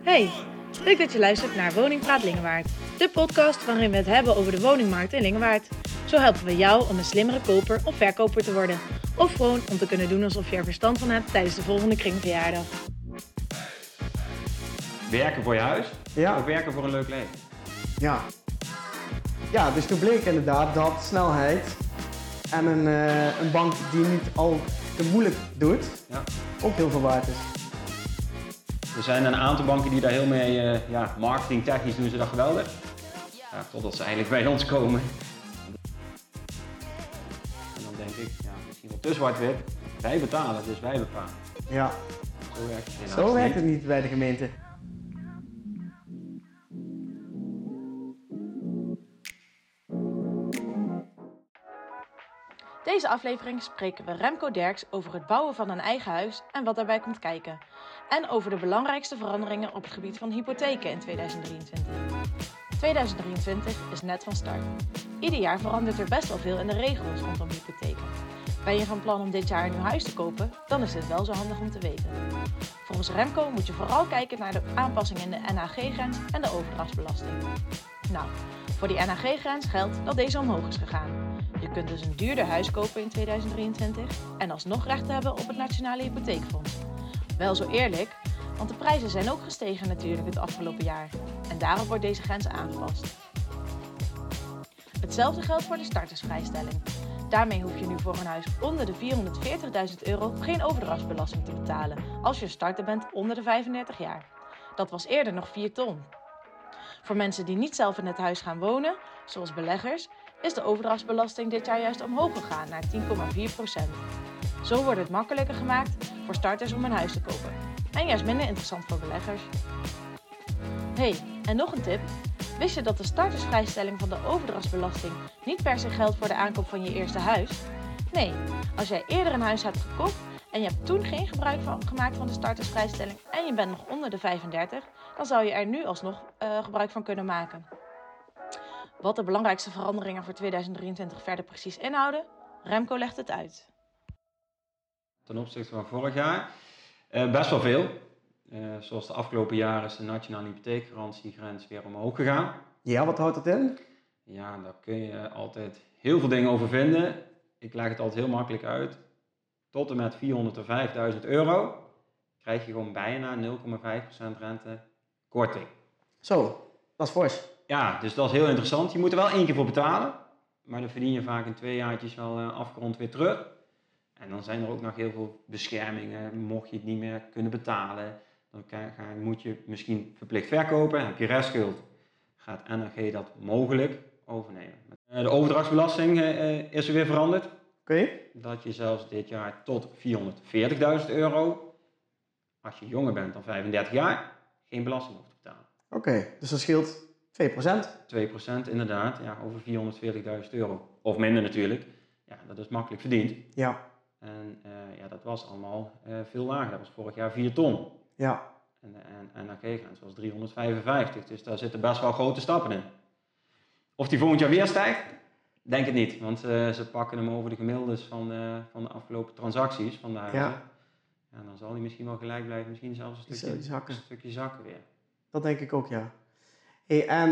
Hey, leuk dat je luistert naar Woningpraat Lingewaard. De podcast waarin we het hebben over de woningmarkt in Lingewaard. Zo helpen we jou om een slimmere koper of verkoper te worden. Of gewoon om te kunnen doen alsof je er verstand van hebt tijdens de volgende kringverjaardag. Werken voor je huis, Ja. of werken voor een leuk leven? Ja, dus toen bleek inderdaad dat snelheid en een bank die niet al te moeilijk doet, Ja. ook heel veel waard is. Er zijn een aantal banken die daar heel mee, marketingtechnisch doen ze dat geweldig. Ja, totdat ze eigenlijk bij ons komen. En dan denk ik, misschien wel te zwart-wit. Wij betalen, dus wij bepalen. Ja, Zo werkt het helaas zo werkt niet. het niet bij de gemeente. Deze aflevering spreken we Remco Derks over het bouwen van een eigen huis en wat daarbij komt kijken. En over de belangrijkste veranderingen op het gebied van hypotheken in 2023. 2023 is net van start. Ieder jaar verandert er best wel veel in de regels rondom hypotheken. Ben je van plan om dit jaar een nieuw huis te kopen, dan is het wel zo handig om te weten. Volgens Remco moet je vooral kijken naar de aanpassingen in de NHG-grens en de overdrachtsbelasting. Nou, voor die NHG-grens geldt dat deze omhoog is gegaan. Je kunt dus een duurder huis kopen in 2023 en alsnog recht hebben op het Nationale Hypotheekfonds. Wel zo eerlijk, want de prijzen zijn ook gestegen natuurlijk het afgelopen jaar. En daarop wordt deze grens aangepast. Hetzelfde geldt voor de startersvrijstelling. Daarmee hoef je nu voor een huis onder de €440.000 geen overdrachtsbelasting te betalen als je starter bent onder de 35 jaar. Dat was eerder nog 4 ton. Voor mensen die niet zelf in het huis gaan wonen, zoals beleggers, is de overdrachtsbelasting dit jaar juist omhoog gegaan naar 10,4%. Zo wordt het makkelijker gemaakt voor starters om een huis te kopen. En juist minder interessant voor beleggers. Hey, en nog een tip. Wist je dat de startersvrijstelling van de overdrachtsbelasting niet per se geldt voor de aankoop van je eerste huis? Nee, als jij eerder een huis hebt gekocht en je hebt toen geen gebruik gemaakt van de startersvrijstelling en je bent nog onder de 35, dan zou je er nu alsnog gebruik van kunnen maken. Wat de belangrijkste veranderingen voor 2023 verder precies inhouden, Remco legt het uit. Ten opzichte van vorig jaar best wel veel. Zoals de afgelopen jaren is de nationale hypotheekgarantiegrens weer omhoog gegaan. Ja, wat houdt dat in? Ja, daar kun je altijd heel veel dingen over vinden. Ik leg het altijd heel makkelijk uit. Tot en met €405.000 krijg je gewoon bijna 0,5% rente korting. Zo, dat is fors. Ja, dus dat is heel interessant. Je moet er wel 1 keer voor betalen. Maar dan verdien je vaak in 2 jaartjes wel afgerond weer terug. En dan zijn er ook nog heel veel beschermingen. Mocht je het niet meer kunnen betalen, dan moet je misschien verplicht verkopen. Heb je restschuld, gaat NHG dat mogelijk overnemen. De overdrachtsbelasting is er weer veranderd. Oké. Dat je zelfs dit jaar tot €440.000, als je jonger bent dan 35 jaar, geen belasting hoeft te betalen. Oké, dus dat scheelt 2%. 2% inderdaad, over €440.000. Of minder natuurlijk. Ja, dat is makkelijk verdiend. Ja, En dat was allemaal veel lager. Dat was vorig jaar 4 ton. ja. En de NHG-grens was 355. Dus daar zitten best wel grote stappen in. Of die volgend jaar weer stijgt? Denk het niet. Want ze pakken hem over de gemiddeldes van de afgelopen transacties van de huizen. Ja. Ja, dan zal hij misschien wel gelijk blijven. Misschien zelfs een stukje zakken weer. Dat denk ik ook, ja. Hey, en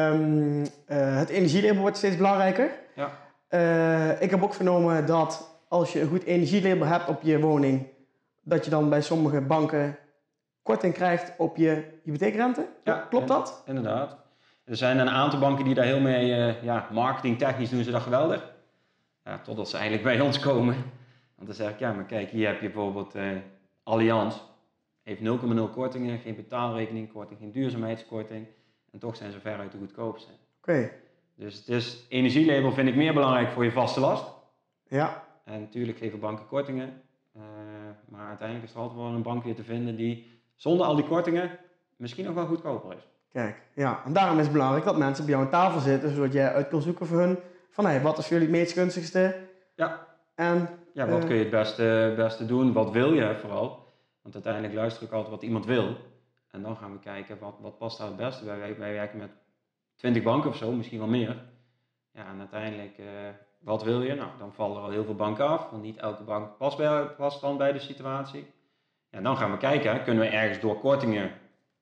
het energielabel wordt steeds belangrijker. Ja. Ik heb ook vernomen dat als je een goed energielabel hebt op je woning, dat je dan bij sommige banken korting krijgt op je hypotheekrente. Ja, Klopt dat? Inderdaad. Er zijn een aantal banken die daar heel mee, marketingtechnisch doen ze dat geweldig. Ja, totdat ze eigenlijk bij ons komen. Want dan zeg ik, ja, maar kijk, hier heb je bijvoorbeeld Allianz. Heeft 0,0 kortingen, geen betaalrekeningkorting, geen duurzaamheidskorting. En toch zijn ze veruit de goedkoopste. Oké. Dus het energielabel vind ik meer belangrijk voor je vaste last. Ja. En natuurlijk geven banken kortingen. Maar uiteindelijk is er altijd wel een bank weer te vinden die zonder al die kortingen misschien nog wel goedkoper is. Kijk, ja. En daarom is het belangrijk dat mensen bij jou aan tafel zitten, zodat jij uit kan zoeken voor hun van, hey, wat is voor jullie het meest gunstigste? Ja. En Ja, wat kun je het beste doen? Wat wil je vooral? Want uiteindelijk luister ik altijd wat iemand wil. En dan gaan we kijken, wat past daar het beste? Wij werken met 20 banken of zo, misschien wel meer. Ja, en uiteindelijk, wat wil je? Nou, dan vallen er al heel veel banken af. Want niet elke bank past dan bij de situatie. Ja, dan gaan we kijken, kunnen we ergens door kortingen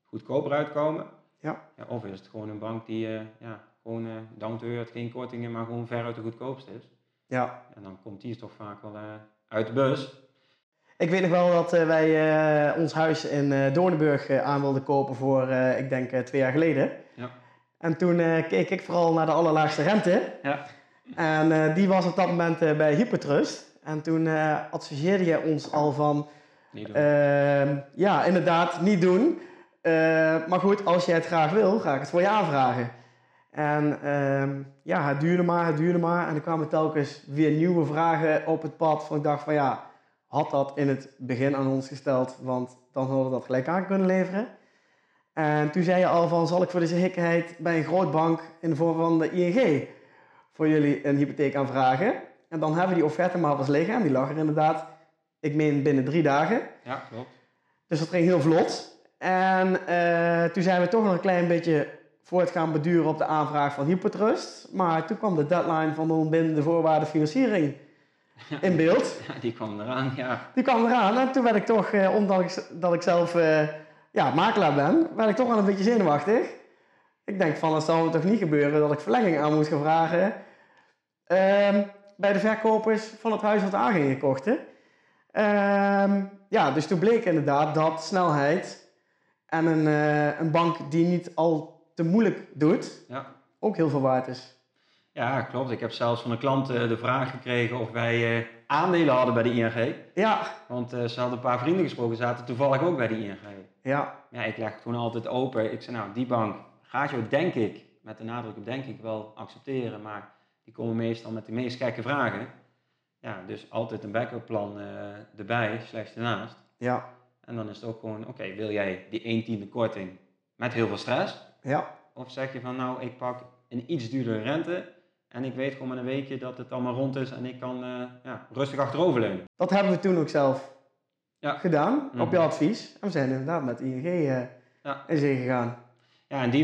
goedkoper uitkomen. Ja. Ja, of is het gewoon een bank die gewoon down to earth, geen kortingen, maar gewoon veruit de goedkoopste is. Ja. En dan komt die toch vaak wel uit de bus. Ik weet nog wel dat wij ons huis in Doornenburg aan wilden kopen voor, ik denk, 2 jaar geleden. Ja. En toen keek ik vooral naar de allerlaagste rente. Ja. En die was op dat moment bij Hypotrust. En toen adviseerde je ons al van, Niet doen. ja, inderdaad, niet doen. Maar goed, als jij het graag wil, ga ik het voor je aanvragen. En ja, het duurde maar. En er kwamen telkens weer nieuwe vragen op het pad. Van ik dacht van ja, had dat in het begin aan ons gesteld, want dan hadden we dat gelijk aan kunnen leveren. En toen zei je al van, zal ik voor de zekerheid bij een grootbank in de vorm van de ING voor jullie een hypotheek aanvragen? En dan hebben we die offerte maar eens liggen. En die lag er inderdaad, ik meen binnen 3 dagen. Ja, klopt. Dus dat ging heel vlot. En toen zijn we toch nog een klein beetje voort gaan beduren op de aanvraag van Hypotrust. Maar toen kwam de deadline van de onbindende voorwaarden financiering in beeld. Ja, die kwam eraan, ja. Die kwam eraan en toen werd ik toch, ondanks dat ik zelf makelaar ben, werd ik toch wel een beetje zenuwachtig. Ik denk van, het zal me toch niet gebeuren dat ik verlenging aan moet gaan vragen bij de verkopers van het huis wat aan gingen gekocht. Ja, dus toen bleek inderdaad dat snelheid en een bank die niet al te moeilijk doet, Ja. ook heel veel waard is. Ja, klopt. Ik heb zelfs van een klant de vraag gekregen of wij aandelen hadden bij de ING. Ja, Want ze hadden een paar vrienden gesproken, zaten toevallig ook bij de ING. ja, Ja, ik leg het gewoon altijd open. Ik zei, nou, die bank gaat jou, denk ik, met de nadruk op denk ik, wel accepteren. Maar die komen meestal met de meest gekke vragen. Ja, dus altijd een backup plan erbij, slechts ernaast. ja, En dan is het ook gewoon, oké, wil jij die 1/10 korting met heel veel stress? ja. Of zeg je van, nou, ik pak een iets duurdere rente en ik weet gewoon met een weekje dat het allemaal rond is en ik kan rustig achteroverleunen. Dat hebben we toen ook zelf gedaan, Mhm. op je advies. En we zijn inderdaad met ING in zee gegaan. Ja, en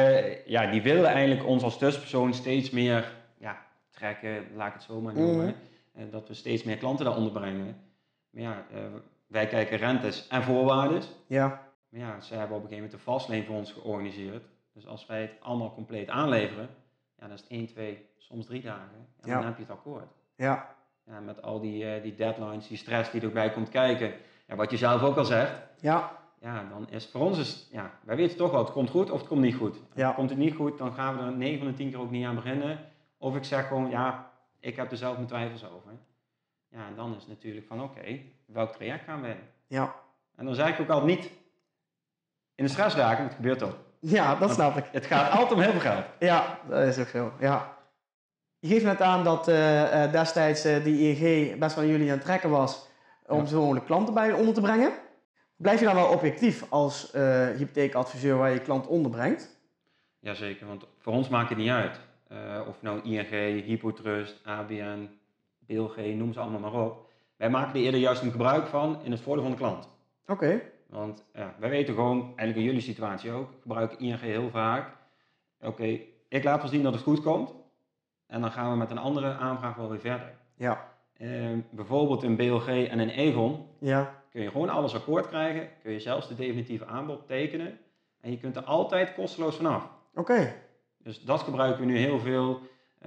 die wilden eigenlijk ons als tussenpersoon steeds meer trekken, laat ik het zo maar noemen. Dat we steeds meer klanten daaronder brengen. Maar ja, wij kijken rentes en voorwaarden. Ja, Maar ja, ze hebben op een gegeven moment een vastleen voor ons georganiseerd. Dus als wij het allemaal compleet aanleveren, ja, dan is het 1, 2, soms 3 dagen. En dan heb je het akkoord. ja, Ja, met al die deadlines, die stress die erbij komt kijken. Ja, wat je zelf ook al zegt. ja, Ja, dan is voor ons, wij weten toch wel, het komt goed of het komt niet goed. Ja. Komt het niet goed, dan gaan we er 9 van de 10 keer ook niet aan beginnen. Of ik zeg gewoon, ja, ik heb er zelf mijn twijfels over. Ja, en dan is het natuurlijk van, oké, welk traject gaan we in? ja. En dan zeg ik ook altijd niet in de stress raken, want het gebeurt toch. Ja, dat snap ik. Het gaat altijd om heel veel geld. Ja, dat is ook zo, ja. Je geeft net aan dat destijds die ING best wel jullie aan het trekken was om zo mogelijk klanten bij je onder te brengen. Blijf je dan wel objectief als hypotheekadviseur waar je klant onderbrengt? Jazeker, want voor ons maakt het niet uit. Of nou ING, Hypotrust, ABN, BLG, noem ze allemaal maar op. Wij maken er eerder juist een gebruik van in het voordeel van de klant. Oké. Want wij weten gewoon, eigenlijk in jullie situatie ook, gebruiken ING heel vaak. Oké, ik laat wel zien dat het goed komt. En dan gaan we met een andere aanvraag wel weer verder. Ja. Bijvoorbeeld in BLG en in Egon Ja. kun je gewoon alles akkoord krijgen. Kun je zelfs de definitieve aanbod tekenen. En je kunt er altijd kosteloos vanaf. Oké. Dus dat gebruiken we nu heel veel.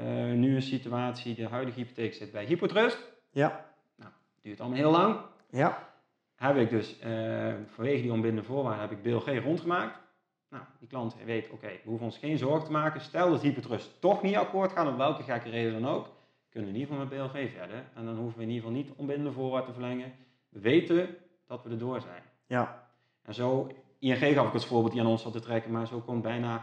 Nu een situatie, de huidige hypotheek zit bij Hypotrust. Ja. Nou, duurt allemaal heel lang. Ja. Heb ik dus vanwege die onbindende voorwaarden heb ik BLG rondgemaakt. Nou, die klant weet, oké, we hoeven ons geen zorgen te maken. Stel dat Hypotrust toch niet akkoord gaat, om welke gekke reden dan ook, kunnen we in ieder geval met BLG verder. En dan hoeven we in ieder geval niet onbindende voorwaarden te verlengen. We weten dat we erdoor zijn. Ja. En zo, ING gaf ik als voorbeeld die aan ons zat te trekken, maar zo komt bijna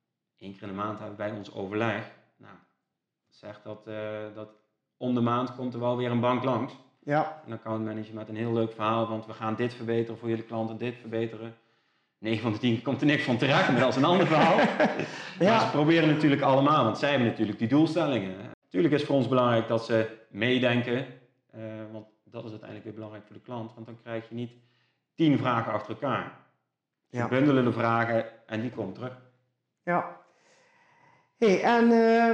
1 keer in de maand hebben wij ons overleg. Nou, zegt dat om de maand komt er wel weer een bank langs. Ja. Een accountmanager met een heel leuk verhaal, want we gaan dit verbeteren voor jullie klanten, dit verbeteren. 9 van de 10 komt er niks van terecht, maar dat is een ander verhaal. Maar ze proberen natuurlijk allemaal, want zij hebben natuurlijk die doelstellingen. Natuurlijk is het voor ons belangrijk dat ze meedenken, want dat is uiteindelijk weer belangrijk voor de klant, want dan krijg je niet 10 vragen achter elkaar. Ze bundelen de vragen en die komen terug. Ja. Hey, en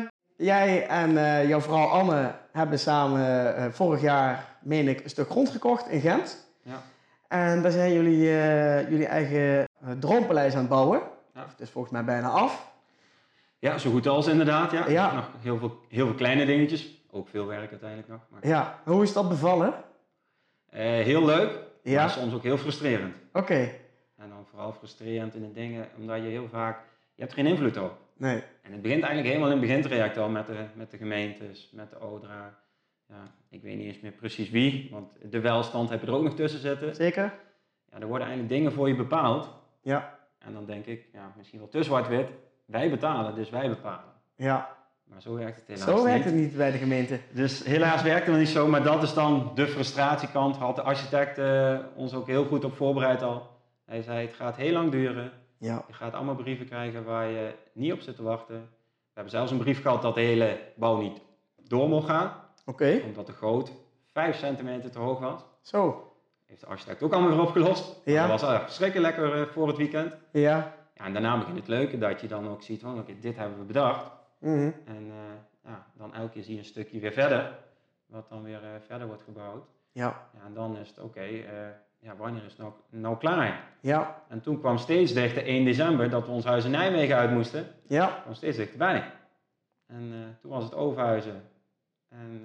jij en jouw vrouw Anne hebben samen vorig jaar, meen ik, een stuk grond gekocht in Gent. Ja. En daar zijn jullie eigen Droompaleis aan het bouwen. Ja. Het is volgens mij bijna af. Ja, zo goed als inderdaad. Ja. Ja. Nog heel veel kleine dingetjes. Ook veel werk uiteindelijk nog. Maar... Ja, hoe is dat bevallen? Heel leuk, Ja. maar soms ook heel frustrerend. Oké. En dan vooral frustrerend in de dingen, omdat je heel vaak... Je hebt geen invloed op. Nee. En het begint eigenlijk helemaal in het begintraject al met de gemeentes, met de ODRA. Ja, ik weet niet eens meer precies wie, want de welstand heb je er ook nog tussen zitten. Zeker? Ja, er worden eigenlijk dingen voor je bepaald. Ja. En dan denk ik, ja, misschien wel te zwart-wit. Wij betalen, dus wij bepalen. Ja. Maar zo werkt het helaas Zo niet. werkt het niet bij de gemeente. Dus helaas werkt het nog niet zo, maar dat is dan de frustratiekant. Had de architect ons ook heel goed op voorbereid al. Hij zei, het gaat heel lang duren. Ja. Je gaat allemaal brieven krijgen waar je niet op zit te wachten. We hebben zelfs een brief gehad dat de hele bouw niet door mocht gaan. Oké. Omdat de goot 5 centimeter te hoog was. Zo. Heeft de architect ook allemaal weer opgelost. Ja. Dat was verschrikkelijk lekker voor het weekend. Ja. Ja, en daarna begint het leuke dat je dan ook ziet van oké, dit hebben we bedacht. Mhm. En dan elke keer zie je een stukje weer verder. Wat dan weer verder wordt gebouwd. Ja. Ja, en dan is het oké, wanneer is het nou klaar? Ja. En toen kwam steeds dichter 1 december dat we ons huis in Nijmegen uit moesten. Ja. Kwam steeds dichterbij. En toen was het overhuizen. En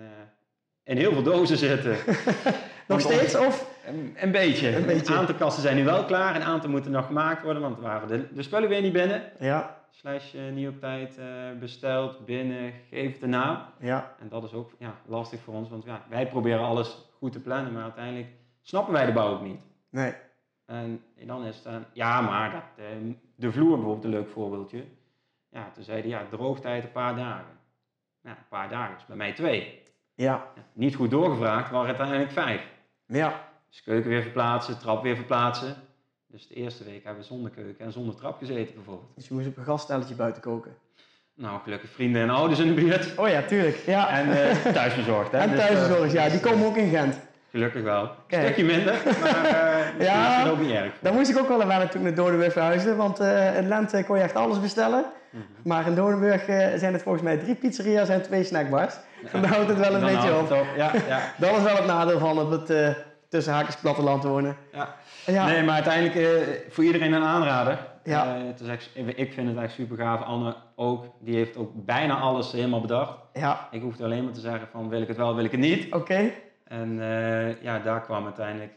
in heel veel dozen zitten. Nog steeds of? Een beetje. Een beetje. Een aantal kasten zijn nu wel klaar. Een aantal moeten nog gemaakt worden, want waren de spullen weer niet binnen. Ja. / niet op tijd besteld, binnen, geef het de naam. Ja. En dat is ook lastig voor ons, want wij proberen alles goed te plannen, maar uiteindelijk snappen wij de bouw ook niet. Nee. En dan is het maar de vloer bijvoorbeeld een leuk voorbeeldje. Ja, toen zeiden droogtijd een paar dagen. Nou, een paar dagen is bij mij 2. Ja. Ja, niet goed doorgevraagd, waren uiteindelijk 5. Ja. Dus keuken weer verplaatsen, trap weer verplaatsen. Dus de eerste week hebben we zonder keuken en zonder trap gezeten bijvoorbeeld. Dus je moest op een gasstelletje buiten koken. Nou, gelukkig vrienden en ouders in de buurt. Oh ja, tuurlijk. Ja. En thuisbezorgd. Hè? En Dus, thuisbezorgd, ja. Die komen ook in Gent. Gelukkig wel. Kijk. Een stukje minder, maar Ja. misschien ook niet erg. Daar moest ik ook wel aan wennen toen ik naar Dodenburg verhuisde. Want in Lent kon je echt alles bestellen. Maar in Dodenburg zijn het volgens mij 3 pizzeria's en 2 snackbars. Dan houdt het wel een Dan beetje houdt op. het op. Ja. Dat is wel het nadeel van op het tussen haakjes platteland wonen. Ja. Ja. Nee, maar uiteindelijk voor iedereen een aanrader. Ja. Het is echt, ik vind het echt super gaaf. Anne ook. Die heeft ook bijna alles helemaal bedacht. Ja. Ik hoefde alleen maar te zeggen van wil ik het wel, wil ik het niet. Oké. En daar kwam uiteindelijk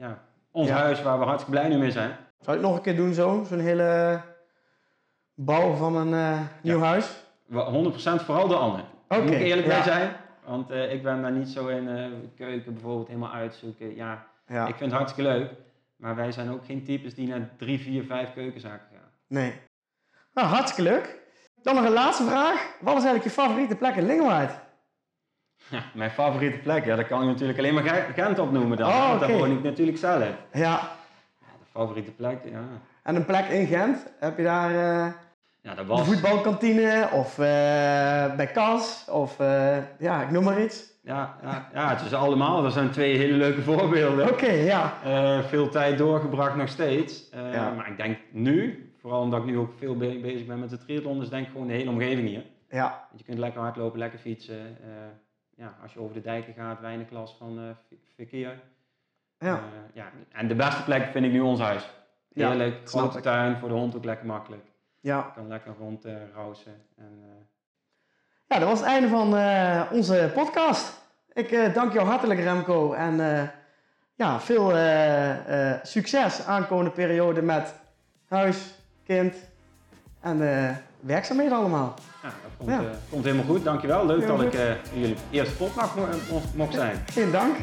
ons Ja. huis waar we hartstikke blij nu mee zijn. Zou je het nog een keer doen zo? Zo'n hele bouw van een nieuw huis? 100% vooral de Anne. Daar Oké, moet ik eerlijk ja. bij zijn. Want ik ben daar niet zo in keuken bijvoorbeeld helemaal uitzoeken. Ja, Ja. ik vind het hartstikke leuk. Maar wij zijn ook geen types die naar 3, 4, 5 keukenzaken gaan. Nee. Nou, hartstikke leuk. Dan nog een laatste vraag. Wat is eigenlijk je favoriete plek in Lingewaard? Ja, mijn favoriete plek, dat kan je natuurlijk alleen maar Gent opnoemen dan. Oh, Want daar oké. woon ik natuurlijk zelf. Ja. De favoriete plek, En een plek in Gent? Heb je daar dat de was... voetbalkantine of bij Cas of ik noem maar iets? Ja, het is allemaal. Dat zijn 2 hele leuke voorbeelden. Oké, ja. Veel tijd doorgebracht nog steeds. Ja. Maar ik denk nu, vooral omdat ik nu ook veel bezig ben met de triathlon, dus denk ik gewoon de hele omgeving hier. Ja. Want je kunt lekker hardlopen, lekker fietsen. Als je over de dijken gaat, weinig last van verkeer. Ja. En de beste plek vind ik nu ons huis. Ja, Heerlijk, snap grote ik. tuin, voor de hond ook lekker makkelijk. Ja. Je kan lekker rond rousen. Ja, dat was het einde van onze podcast. Ik dank jou hartelijk, Remco. En veel succes aankomende periode met huis, kind en werkzaamheden allemaal. Ja, dat komt helemaal goed. Dankjewel. Leuk dat ik in jullie eerste podcast mocht zijn. Geen dank.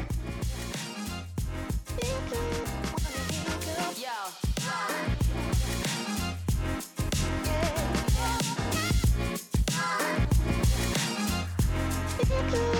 You